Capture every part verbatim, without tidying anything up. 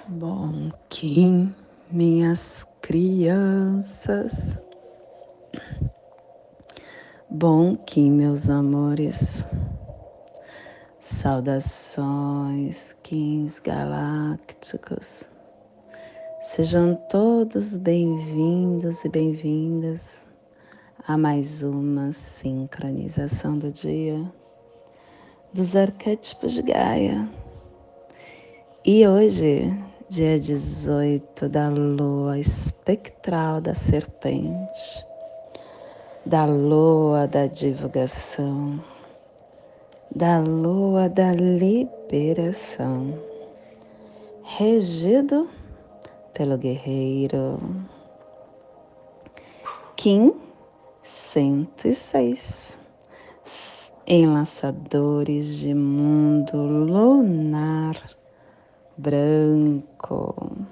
Bom Kim, minhas crianças. Bom Kim, meus amores. Saudações, Kims galácticos. Sejam todos bem-vindos e bem-vindas a mais uma sincronização do dia dos arquétipos de Gaia. E hoje, dia dezoito da lua espectral da serpente, da lua da divulgação, da lua da liberação, regido pelo guerreiro Kim cento e seis, enlaçadores de mundo lunar branco,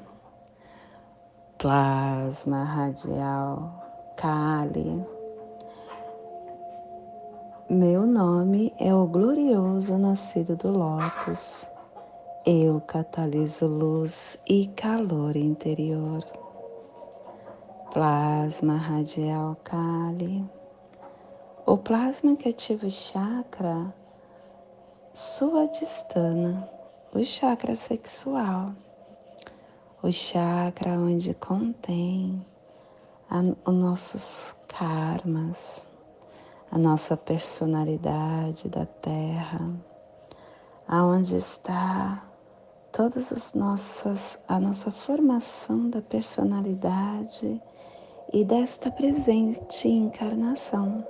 plasma radial Kali. Meu nome é o glorioso nascido do Lótus. Eu cataliso luz e calor interior. Plasma radial Kali. O plasma que ativa o chakra Suadhisthana, o chakra sexual, o chakra onde contém a, os nossos karmas, a nossa personalidade da Terra, aonde está todas as nossas, a nossa formação da personalidade e desta presente encarnação,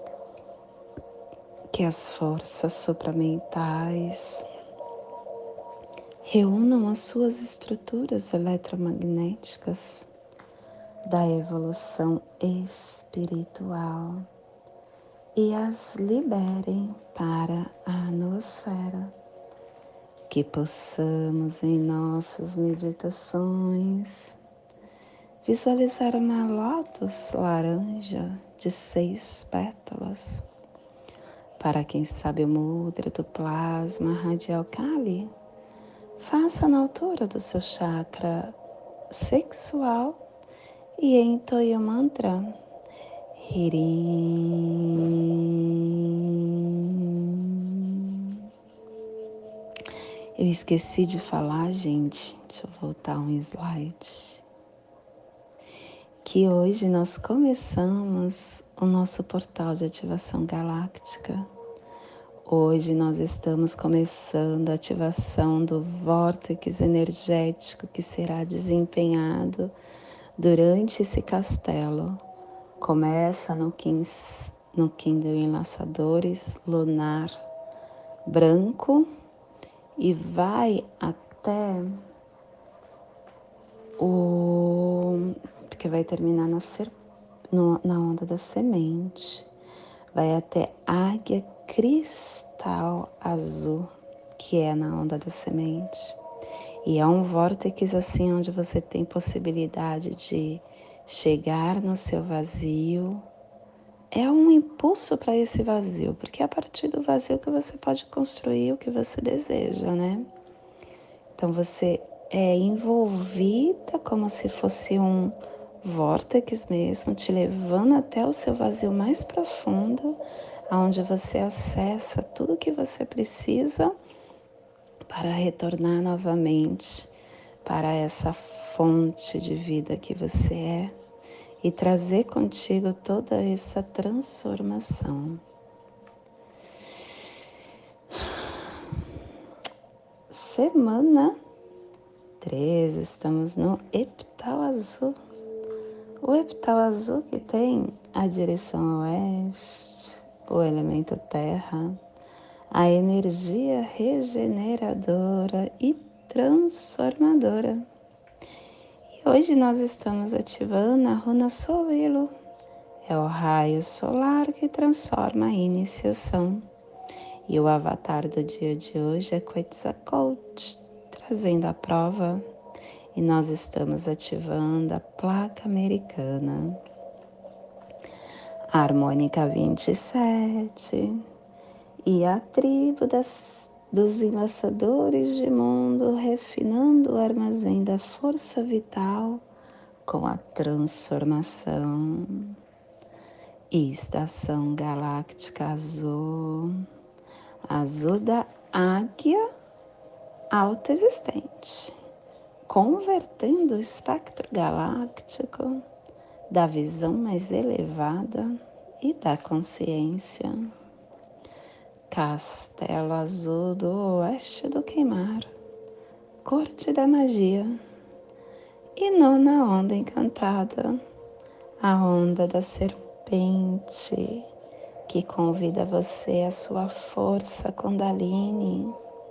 que as forças supramentais reúnam as suas estruturas eletromagnéticas da evolução espiritual e as liberem para a nosfera, que possamos em nossas meditações visualizar uma lótus laranja de seis pétalas. Para quem sabe o mudra do plasma radial Kali, faça na altura do seu chakra sexual e entoie o mantra Hirim. Eu esqueci de falar, gente, deixa eu voltar um slide, que hoje nós começamos o nosso portal de ativação galáctica. Hoje nós estamos começando a ativação do vórtice energético que será desempenhado durante esse castelo. Começa no Kim, no Kim de Enlaçadores lunar branco e vai até o... porque vai terminar na, ser, no, na onda da semente. Vai até águia cristal azul, que é na onda da semente. E é um vórtice assim onde você tem possibilidade de chegar no seu vazio. É um impulso para esse vazio, porque é a partir do vazio que você pode construir o que você deseja, né? Então você é envolvida como se fosse um vórtice mesmo, te levando até o seu vazio mais profundo, onde você acessa tudo o que você precisa para retornar novamente para essa fonte de vida que você é e trazer contigo toda essa transformação. Semana treze, estamos no epital azul. O epital azul que tem a direção oeste, o elemento terra, a energia regeneradora e transformadora. E hoje nós estamos ativando a runa Sowilo. É o raio solar que transforma a iniciação. E o avatar do dia de hoje é Quetzalcoatl, trazendo a prova. E nós estamos ativando a placa americana. A harmônica vinte e sete. E a tribo das, dos enlaçadores de mundo, refinando a armazém da força vital com a transformação. Estação galáctica azul, azul da águia alta existente, convertendo o espectro galáctico da visão mais elevada e da consciência. Castelo azul do oeste do queimar, corte da magia. E nona onda encantada, a onda da serpente, que convida você à sua força Kundalini.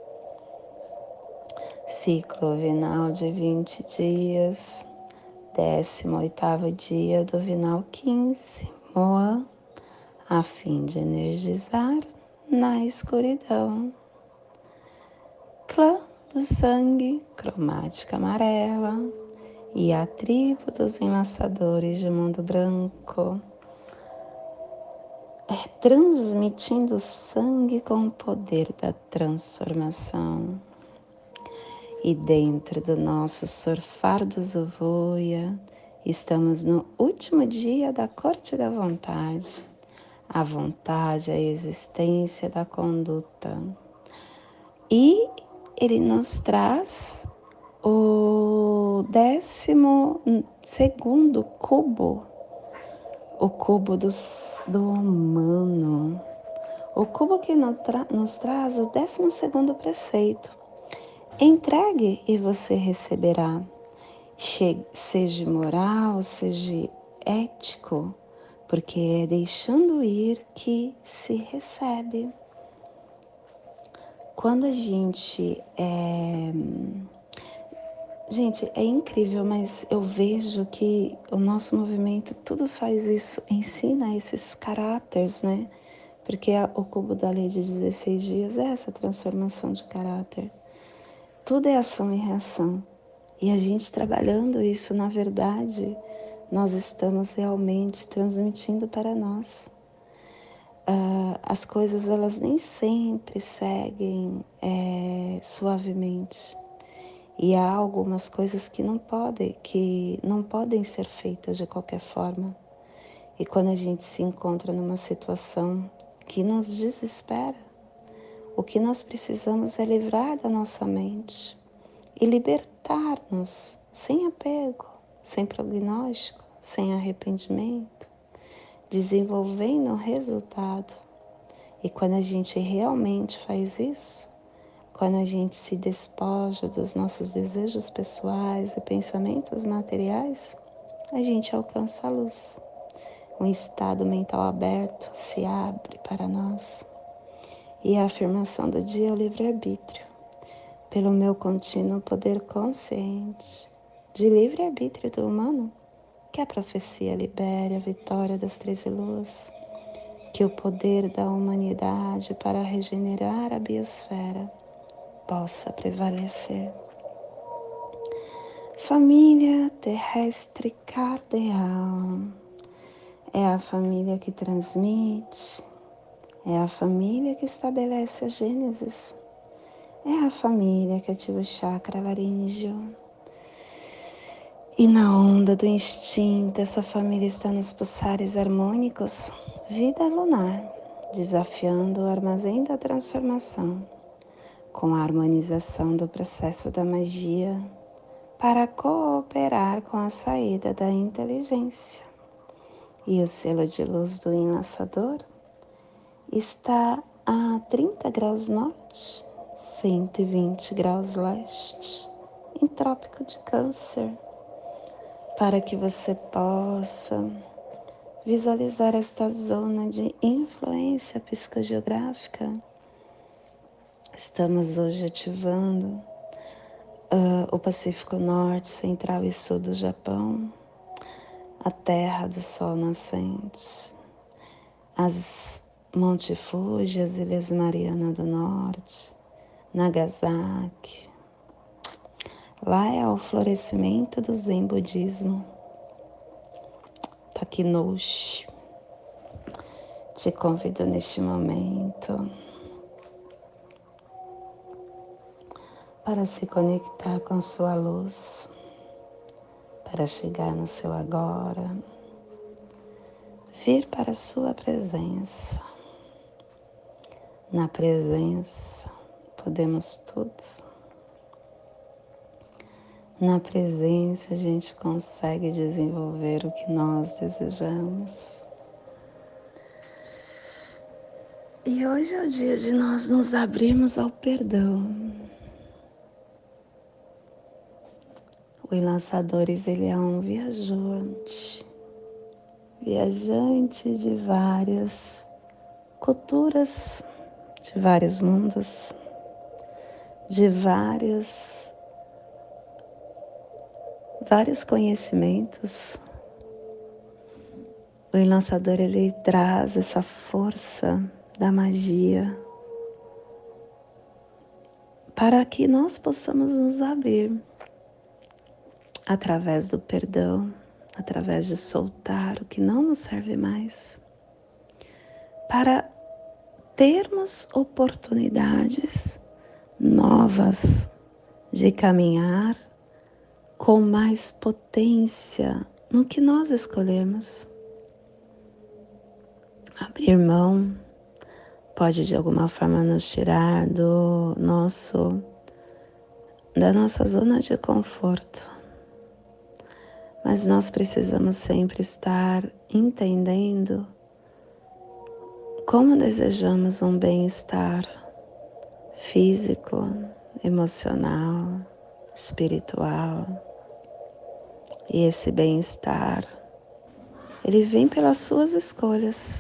Ciclo vinal de vinte dias, décimo oitavo dia do vinal quinze, Moa, a fim de energizar na escuridão. Clã do sangue, cromática amarela, e a tribo dos enlaçadores de mundo branco, é, transmitindo sangue com o poder da transformação. E dentro do nosso surfar do Zovoia, estamos no último dia da corte da vontade. A vontade é a existência da conduta. E ele nos traz o décimo segundo cubo, o cubo do, do humano, o cubo que nos, tra nos traz o décimo segundo preceito. Entregue e você receberá. Che seja moral, seja ético, porque é deixando ir que se recebe. Quando a gente é... Gente, é incrível, mas eu vejo que o nosso movimento tudo faz isso, ensina esses caráteres, né? Porque a, o cubo da lei de dezesseis dias é essa transformação de caráter. Tudo é ação e reação. E a gente trabalhando isso, na verdade, nós estamos realmente transmitindo para nós. Uh, as coisas, elas nem sempre seguem é, suavemente. E há algumas coisas que não podem, que não podem ser feitas de qualquer forma. E quando a gente se encontra numa situação que nos desespera, o que nós precisamos é livrar da nossa mente e libertar-nos sem apego, sem prognóstico, sem arrependimento, desenvolvendo o resultado. E quando a gente realmente faz isso, quando a gente se despoja dos nossos desejos pessoais e pensamentos materiais, a gente alcança a luz. Um estado mental aberto se abre para nós. E a afirmação do dia é o livre-arbítrio. Pelo meu contínuo poder consciente de livre-arbítrio do humano, que a profecia libere a vitória das treze luas, que o poder da humanidade para regenerar a biosfera possa prevalecer. Família terrestre cardeal é a família que transmite, é a família que estabelece a Gênesis, é a família que ativa o chakra laríngeo. E na onda do instinto, essa família está nos pulsares harmônicos, vida lunar, desafiando o armazém da transformação, com a harmonização do processo da magia, para cooperar com a saída da inteligência. E o selo de luz do enlaçador está a trinta graus norte, cento e vinte graus leste, em Trópico de Câncer, para que você possa visualizar esta zona de influência psicogeográfica. Estamos hoje ativando uh, o Pacífico Norte, Central e Sul do Japão, a terra do sol nascente, as Monte Fuji, as Ilhas Mariana do Norte, Nagasaki. Lá é o florescimento do Zen Budismo. Takinoshi. Te convido neste momento para se conectar com sua luz, para chegar no seu agora, vir para a sua presença. Na presença podemos tudo. Na presença a gente consegue desenvolver o que nós desejamos. E hoje é o dia de nós nos abrirmos ao perdão. O Lançadores, ele é um viajante, viajante de várias culturas, de vários mundos, de vários, vários conhecimentos. O Lançador, ele traz essa força da magia para que nós possamos nos abrir através do perdão, através de soltar o que não nos serve mais, para termos oportunidades novas de caminhar com mais potência no que nós escolhermos. Abrir mão pode de alguma forma nos tirar do nosso, da nossa zona de conforto. Mas nós precisamos sempre estar entendendo como desejamos um bem-estar físico, emocional, espiritual. E esse bem-estar, ele vem pelas suas escolhas.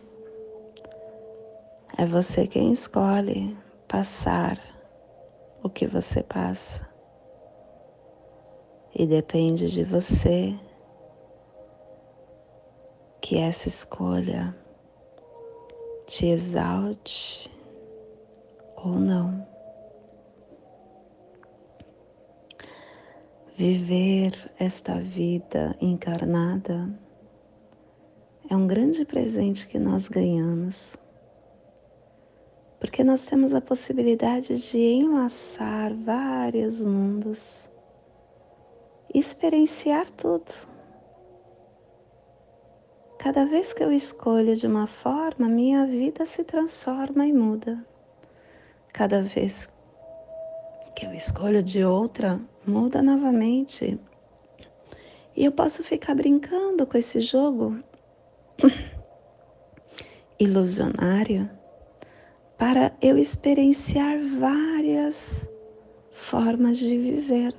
É você quem escolhe passar o que você passa. E depende de você que essa escolha te exalte ou não. Viver esta vida encarnada é um grande presente que nós ganhamos, porque nós temos a possibilidade de enlaçar vários mundos, experienciar tudo. Cada vez que eu escolho de uma forma, minha vida se transforma e muda. Cada vez que eu escolho de outra, muda novamente. E eu posso ficar brincando com esse jogo ilusionário para eu experienciar várias formas de viver.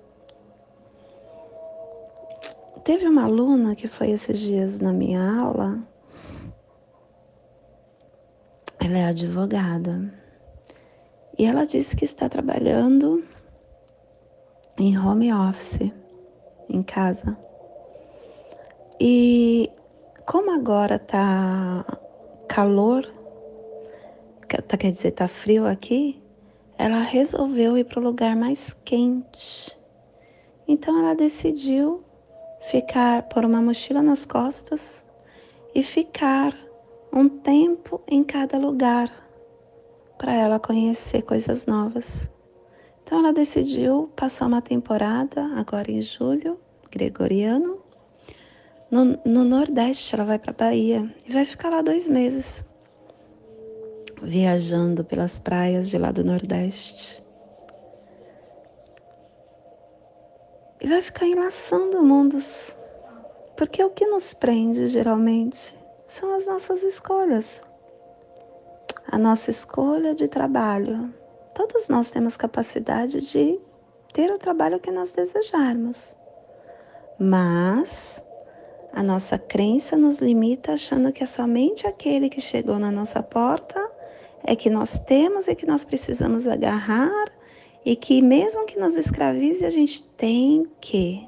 Teve uma aluna que foi esses dias na minha aula. Ela é advogada e ela disse que está trabalhando em home office, em casa. E como agora tá calor, tá, quer dizer, tá frio aqui, ela resolveu ir para o lugar mais quente. Então ela decidiu ficar, pôr uma mochila nas costas e ficar um tempo em cada lugar para ela conhecer coisas novas. Então ela decidiu passar uma temporada, agora em julho, gregoriano, no, no Nordeste. Ela vai para a Bahia e vai ficar lá dois meses, viajando pelas praias de lá do Nordeste. E vai ficar enlaçando mundos, porque o que nos prende geralmente são as nossas escolhas. A nossa escolha de trabalho. Todos nós temos capacidade de ter o trabalho que nós desejarmos. Mas a nossa crença nos limita achando que é somente aquele que chegou na nossa porta é que nós temos e que nós precisamos agarrar, e que mesmo que nos escravize, a gente tem que.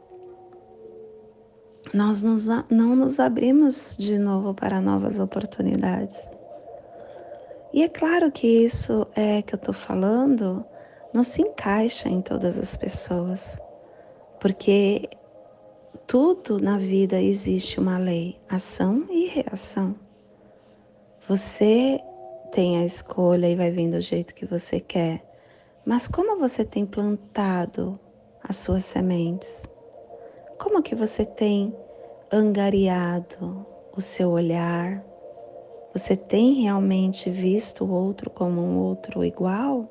Nós nos, não nos abrimos de novo para novas oportunidades. E é claro que isso é que eu estou falando não se encaixa em todas as pessoas, porque tudo na vida existe uma lei, ação e reação. Você tem a escolha e vai vir do jeito que você quer, Mas como você tem plantado as suas sementes? Como que você tem angariado o seu olhar? Você tem realmente visto o outro como um outro igual?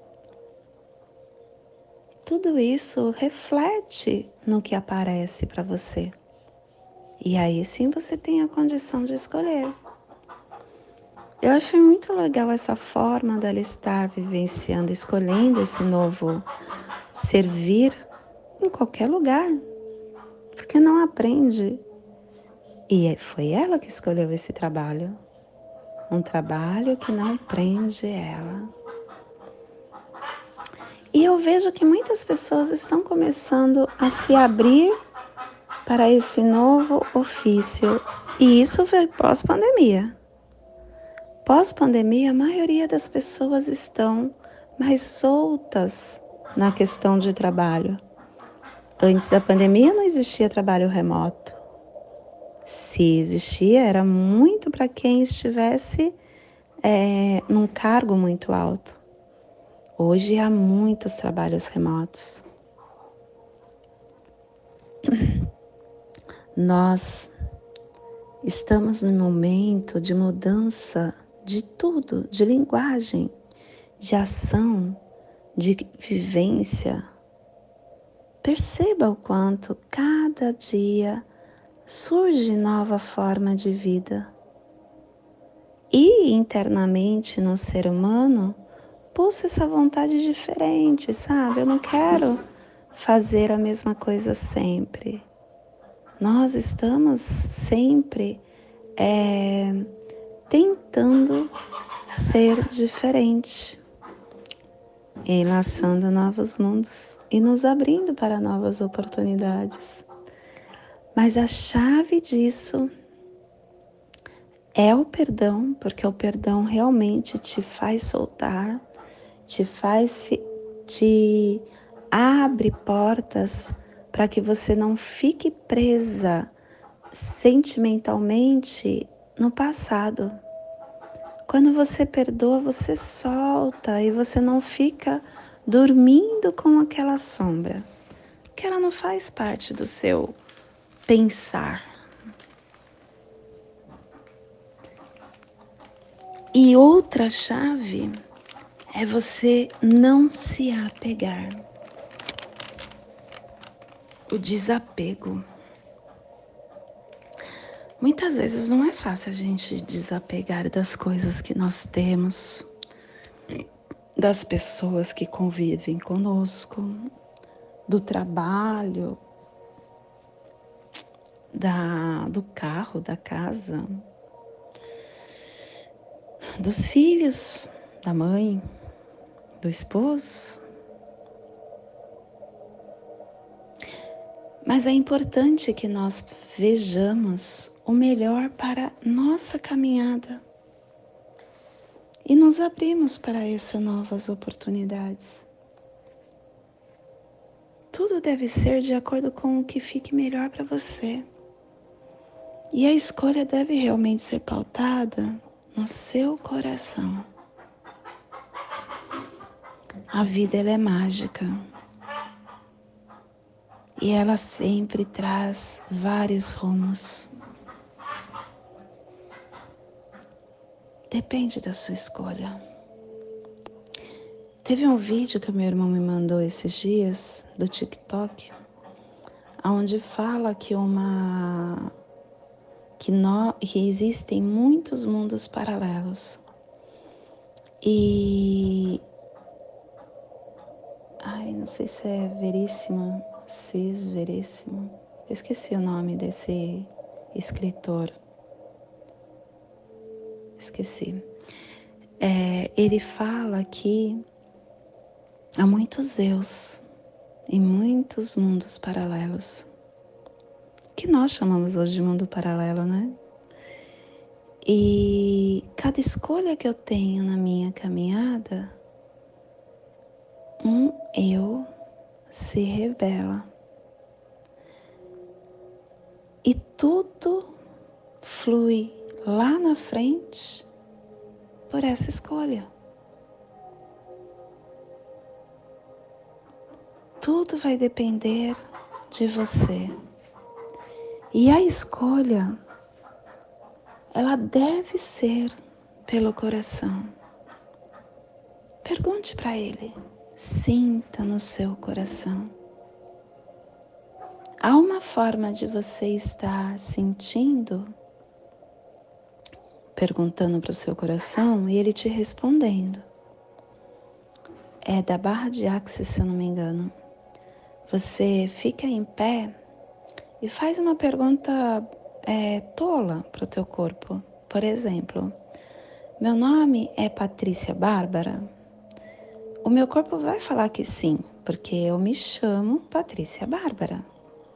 Tudo isso reflete no que aparece para você. E aí sim você tem a condição de escolher. Eu achei muito legal essa forma dela estar vivenciando, escolhendo esse novo servir em qualquer lugar, porque não aprende. E foi ela que escolheu esse trabalho, um trabalho que não prende ela. E eu vejo que muitas pessoas estão começando a se abrir para esse novo ofício, e isso foi pós-pandemia. Pós-pandemia, a maioria das pessoas estão mais soltas na questão de trabalho. Antes da pandemia não existia trabalho remoto. Se existia, era muito para quem estivesse é, num cargo muito alto. Hoje há muitos trabalhos remotos. Nós estamos num momento de mudança de tudo, de linguagem, de ação, de vivência. Perceba o quanto cada dia surge nova forma de vida. E internamente no ser humano, pulsa essa vontade diferente, sabe? Eu não quero fazer a mesma coisa sempre. Nós estamos sempre é, tentando ser diferente, enlaçando novos mundos e nos abrindo para novas oportunidades. Mas a chave disso é o perdão, porque o perdão realmente te faz soltar, te faz, te abre portas para que você não fique presa sentimentalmente no passado. Quando você perdoa, você solta e você não fica dormindo com aquela sombra, que ela não faz parte do seu pensar. E outra chave é você não se apegar. O desapego. Muitas vezes não é fácil a gente desapegar das coisas que nós temos, das pessoas que convivem conosco, do trabalho, da, do carro, da casa, dos filhos, da mãe, do esposo. Mas é importante que nós vejamos o melhor para nossa caminhada e nos abrimos para essas novas oportunidades. Tudo deve ser de acordo com o que fique melhor para você. E a escolha deve realmente ser pautada no seu coração. A vida ela é mágica. E ela sempre traz vários rumos. Depende da sua escolha. Teve um vídeo que o meu irmão me mandou esses dias, do TikTok, onde fala que, uma, que, no, que existem muitos mundos paralelos. E... Ai, não sei se é Veríssimo, Cis Veríssimo. Eu esqueci o nome desse escritor. Esqueci. É, ele fala que há muitos eus e muitos mundos paralelos, que nós chamamos hoje de mundo paralelo, né? E cada escolha que eu tenho na minha caminhada, um eu se revela. E tudo flui lá na frente por essa escolha. tudo vai depender de você. E a escolha, ela deve ser pelo coração. Pergunte para ele, sinta no seu coração. Há uma forma de você estar sentindo, perguntando para o seu coração e ele te respondendo. É da barra de Axis, se eu não me engano. Você fica em pé e faz uma pergunta é, tola para o teu corpo. Por exemplo, meu nome é Patrícia Bárbara? O meu corpo vai falar que sim, porque eu me chamo Patrícia Bárbara.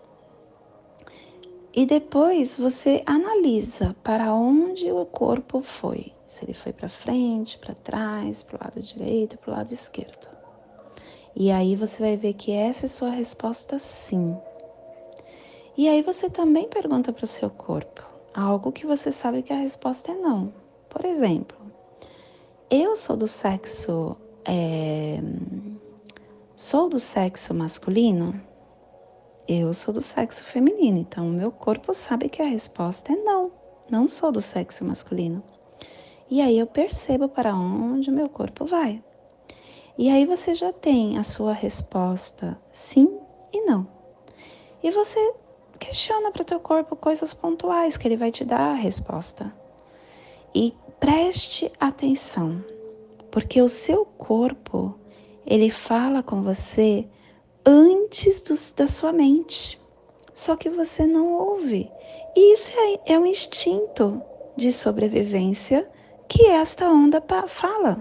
E depois você analisa para onde o corpo foi. Se ele foi para frente, para trás, para o lado direito, para o lado esquerdo. E aí você vai ver que essa é a sua resposta sim. E aí você também pergunta para o seu corpo algo que você sabe que a resposta é não. Por exemplo, eu sou do sexo... É, sou do sexo masculino? Eu sou do sexo feminino, então o meu corpo sabe que a resposta é não, não sou do sexo masculino. E aí eu percebo para onde o meu corpo vai. E aí você já tem a sua resposta sim e não. E você questiona para o teu corpo coisas pontuais que ele vai te dar a resposta. E preste atenção, porque o seu corpo, ele fala com você antes do, da sua mente. Só que você não ouve. E isso é, é um instinto de sobrevivência que esta onda fala.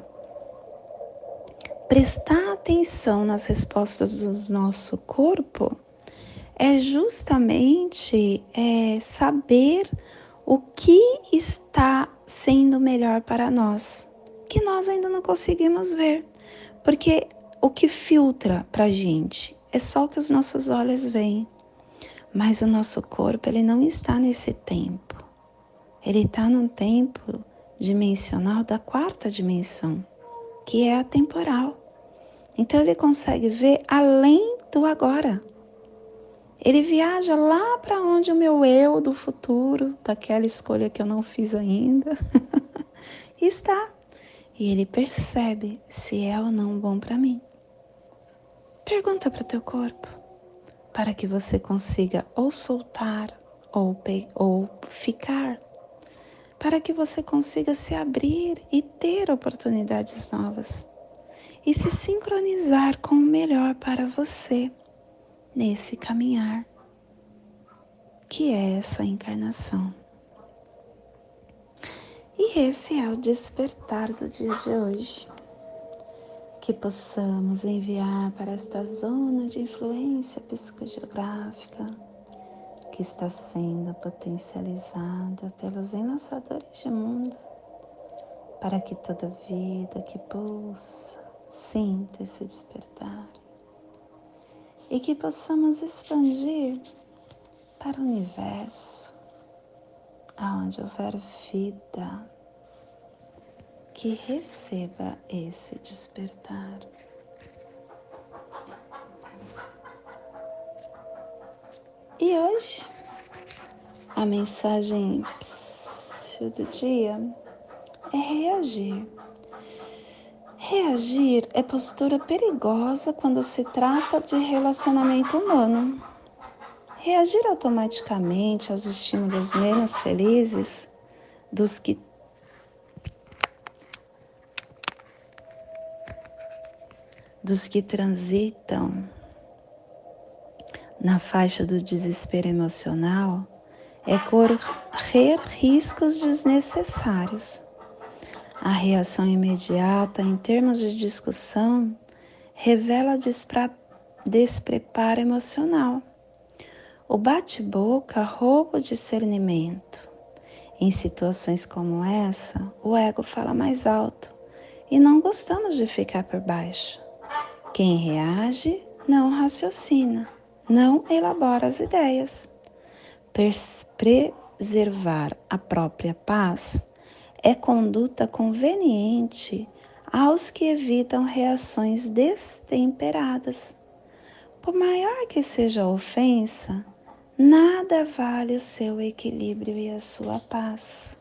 Prestar atenção nas respostas do nosso corpo é justamente é, saber o que está sendo melhor para nós, que nós ainda não conseguimos ver. Porque o que filtra para a gente é só o que os nossos olhos veem. Mas o nosso corpo, ele não está nesse tempo. Ele está num tempo dimensional da quarta dimensão, que é a temporal. Então ele consegue ver além do agora. Ele viaja lá para onde o meu eu do futuro, daquela escolha que eu não fiz ainda, está. E ele percebe se é ou não bom para mim. Pergunta para o teu corpo, para que você consiga ou soltar ou, pe- ou ficar, para que você consiga se abrir e ter oportunidades novas e se sincronizar com o melhor para você nesse caminhar, que é essa encarnação. E esse é o despertar do dia de hoje. Que possamos enviar para esta zona de influência psicogeográfica que está sendo potencializada pelos enlaçadores de mundo, para que toda vida que pulsa sinta esse despertar e que possamos expandir para o universo, aonde houver vida, que receba esse despertar. E hoje, a mensagem do dia é reagir. Reagir é postura perigosa quando se trata de relacionamento humano. Reagir automaticamente aos estímulos menos felizes dos que dos que transitam na faixa do desespero emocional é correr riscos desnecessários. A reação imediata em termos de discussão revela despra- despreparo emocional. O bate-boca rouba o discernimento. Em situações como essa, o ego fala mais alto e não gostamos de ficar por baixo. Quem reage não raciocina, não elabora as ideias. Pers- preservar a própria paz é conduta conveniente aos que evitam reações destemperadas. por maior que seja a ofensa, nada vale o seu equilíbrio e a sua paz.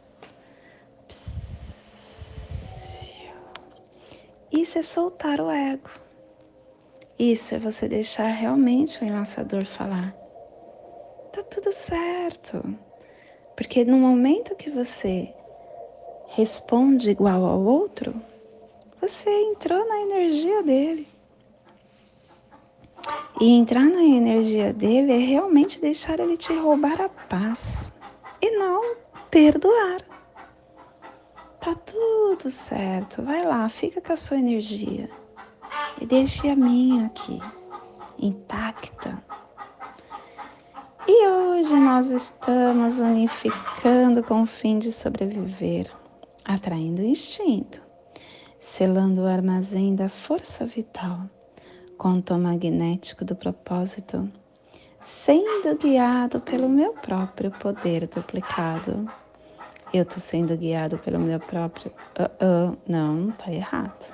Isso é soltar o ego. Isso é você deixar realmente o enlaçador falar. Tá tudo certo. Porque no momento que você responde igual ao outro, você entrou na energia dele. E entrar na energia dele é realmente deixar ele te roubar a paz. E não perdoar. Tá tudo certo. Vai lá, fica com a sua energia. E deixe a minha aqui, intacta. E hoje nós estamos unificando com o fim de sobreviver, atraindo o instinto, selando o armazém da força vital, com o tom magnético do propósito, sendo guiado pelo meu próprio poder duplicado. Eu estou sendo guiado pelo meu próprio... Uh, uh, não, tá errado.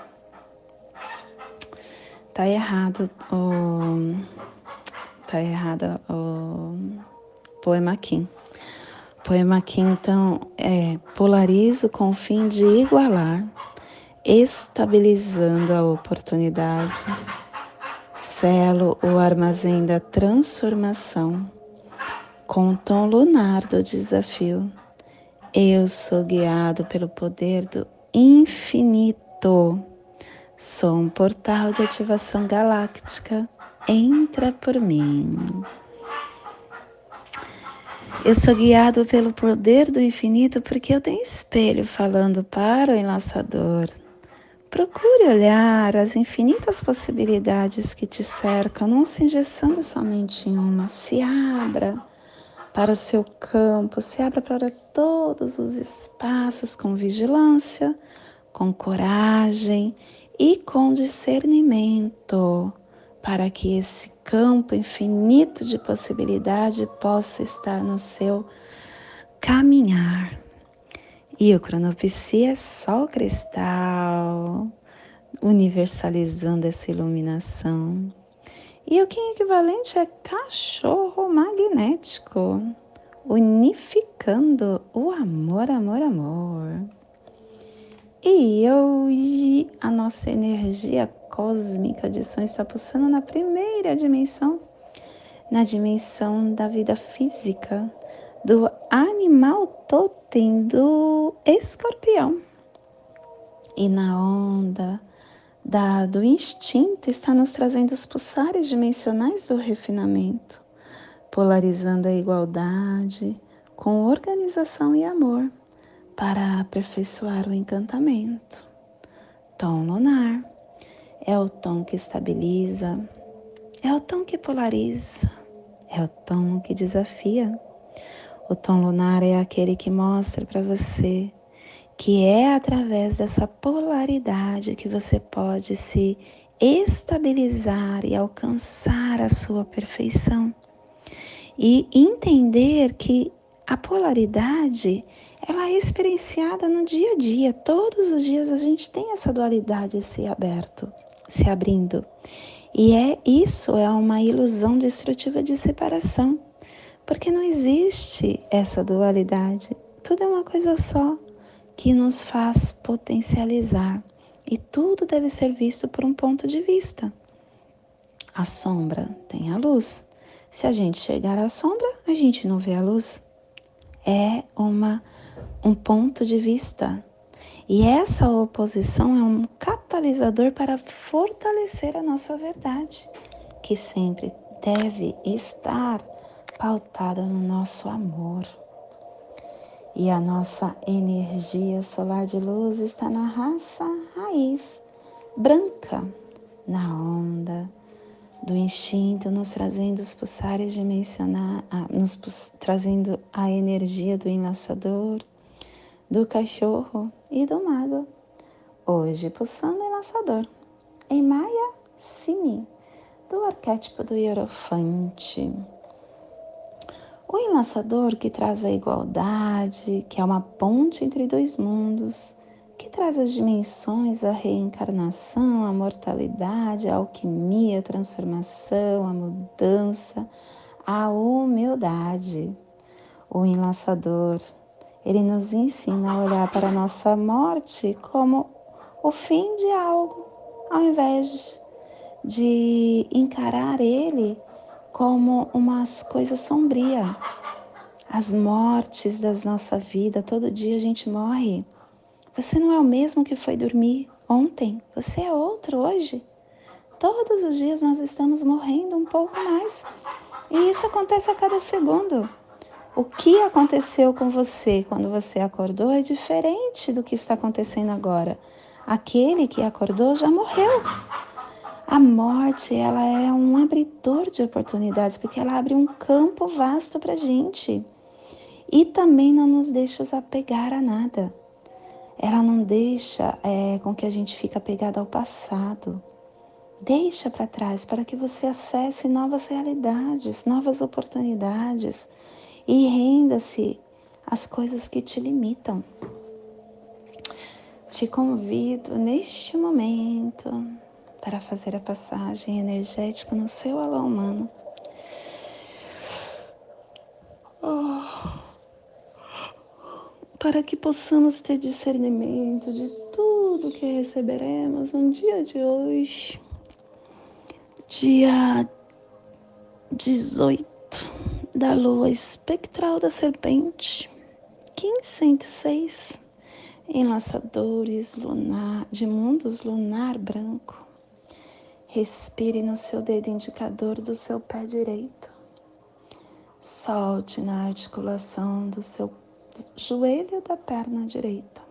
Tá errado o... Tá errado o poema Kim. Poema Kim, então, é polarizo com o fim de igualar, estabilizando a oportunidade, selo o armazém da transformação, com o tom lunar do desafio. Eu sou guiado pelo poder do infinito. Sou um portal de ativação galáctica. Entra por mim. Eu sou guiado pelo poder do infinito porque eu tenho espelho falando para o enlaçador. Procure olhar as infinitas possibilidades que te cercam, não se engessando somente em uma. Se abra para o seu campo, se abra para todos os espaços com vigilância, com coragem e com discernimento, para que esse campo infinito de possibilidade possa estar no seu caminhar. E o Cronopsi é sol cristal, universalizando essa iluminação. E o Kim equivalente é cachorro magnético, unificando o amor, amor, amor. E hoje a nossa energia cósmica de som está pulsando na primeira dimensão, na dimensão da vida física, do animal totem do escorpião. E na onda da, do instinto está nos trazendo os pulsares dimensionais do refinamento, polarizando a igualdade com organização e amor para aperfeiçoar o encantamento. Tom lunar é o tom que estabiliza, é o tom que polariza, é o tom que desafia. O tom lunar é aquele que mostra para você que é através dessa polaridade que você pode se estabilizar e alcançar a sua perfeição. E entender que a polaridade, ela é experienciada no dia a dia. Todos os dias a gente tem essa dualidade se aberto, se abrindo. E é isso é uma ilusão destrutiva de separação. Porque não existe essa dualidade. Tudo é uma coisa só que nos faz potencializar. E tudo deve ser visto por um ponto de vista. A sombra tem a luz. Se a gente chegar à sombra, a gente não vê a luz. É uma, um ponto de vista. E essa oposição é um catalisador para fortalecer a nossa verdade, que sempre deve estar pautada no nosso amor. E a nossa energia solar de luz está na raça raiz, branca, na onda do instinto, nos trazendo os pulsares dimensionais, nos trazendo a energia do enlaçador, do cachorro e do mago. Hoje pulsando o enlaçador, em Maya Simi, do arquétipo do Hierofante. O enlaçador que traz a igualdade, que é uma ponte entre dois mundos, que traz as dimensões, a reencarnação, a mortalidade, a alquimia, a transformação, a mudança, a humildade. O enlaçador, ele nos ensina a olhar para a nossa morte como o fim de algo, ao invés de encarar ele como uma coisa sombria. As mortes da nossa vida, todo dia a gente morre. Você não é o mesmo que foi dormir ontem, você é outro hoje. Todos os dias nós estamos morrendo um pouco mais. E isso acontece a cada segundo. O que aconteceu com você quando você acordou é diferente do que está acontecendo agora. Aquele que acordou já morreu. A morte, ela é um abridor de oportunidades, porque ela abre um campo vasto para a gente. E também não nos deixa apegar a nada. Ela não deixa é, com que a gente fique apegado ao passado. Deixa para trás para que você acesse novas realidades, novas oportunidades e renda-se às coisas que te limitam. Te convido neste momento para fazer a passagem energética no seu alô humano. Oh. Para que possamos ter discernimento de tudo que receberemos no dia de hoje, dia dezoito da lua espectral da serpente, quinhentos e seis, enlaçadores lunar, de mundos lunar branco. Respire no seu dedo indicador do seu pé direito. Solte na articulação do seu joelho da perna direita.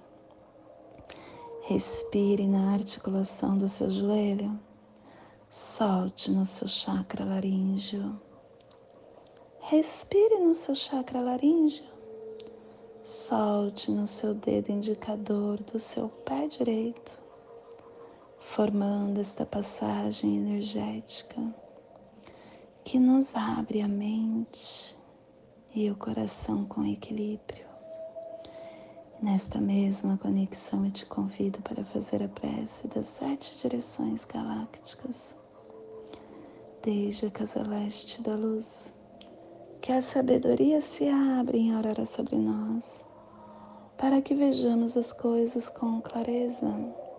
Respire na articulação do seu joelho. Solte no seu chakra laríngeo. Respire no seu chakra laríngeo. Solte no seu dedo indicador do seu pé direito, formando esta passagem energética que nos abre a mente e o coração com equilíbrio. Nesta mesma conexão eu te convido para fazer a prece das sete direções galácticas, desde a casa leste da luz, que a sabedoria se abra em aurora sobre nós, para que vejamos as coisas com clareza.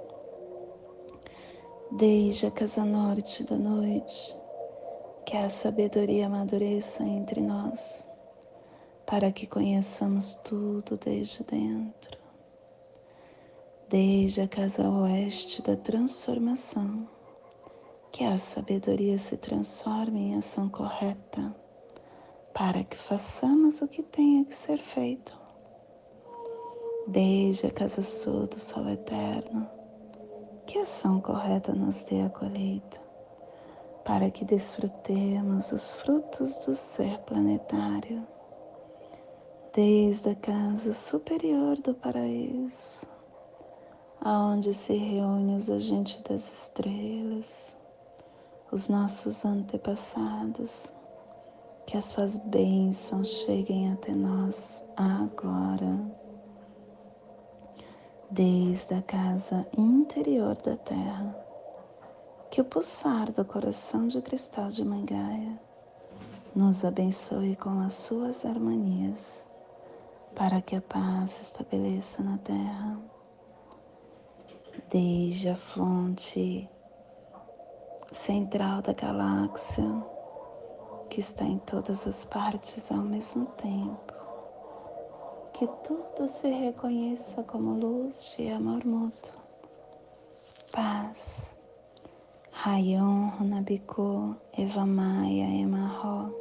Desde a casa norte da noite, que a sabedoria amadureça entre nós, para que conheçamos tudo desde dentro. Desde a casa oeste da transformação, que a sabedoria se transforme em ação correta, para que façamos o que tenha que ser feito. Desde a casa sul do sol eterno, que a ação correta nos dê a colheita, para que desfrutemos os frutos do ser planetário. Desde a casa superior do paraíso, aonde se reúnem os agentes das estrelas, os nossos antepassados, que as suas bênçãos cheguem até nós agora. Desde a casa interior da Terra, que o pulsar do coração de cristal de Mãe Gaia nos abençoe com as suas harmonias, para que a paz se estabeleça na Terra. Desde a fonte central da galáxia, que está em todas as partes ao mesmo tempo, que tudo se reconheça como luz de amor mútuo, paz. Rayon Runabiku Evamaya Emarro.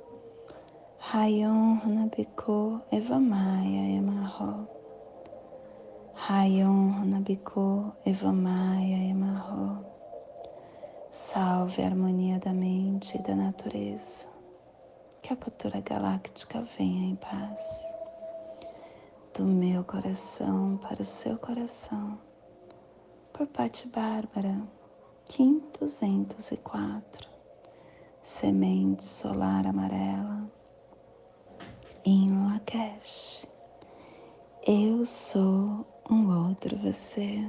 Rayon Runabiku Evamaya Emarro. Rayon Runabiku Evamaya Emarro. Salve a harmonia da mente e da natureza. Que a cultura galáctica venha em paz. Do meu coração para o seu coração. Por Patti Bárbara, Kim duzentos e quatro. Semente solar amarela. Em Lakesh. Eu sou um outro você.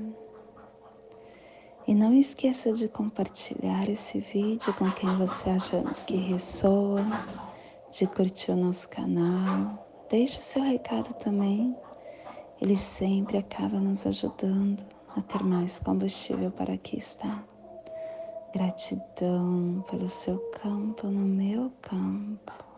E não esqueça de compartilhar esse vídeo com quem você acha que ressoa, de curtir o nosso canal. Deixe seu recado também, ele sempre acaba nos ajudando a ter mais combustível para aqui estar. Gratidão pelo seu campo no meu campo.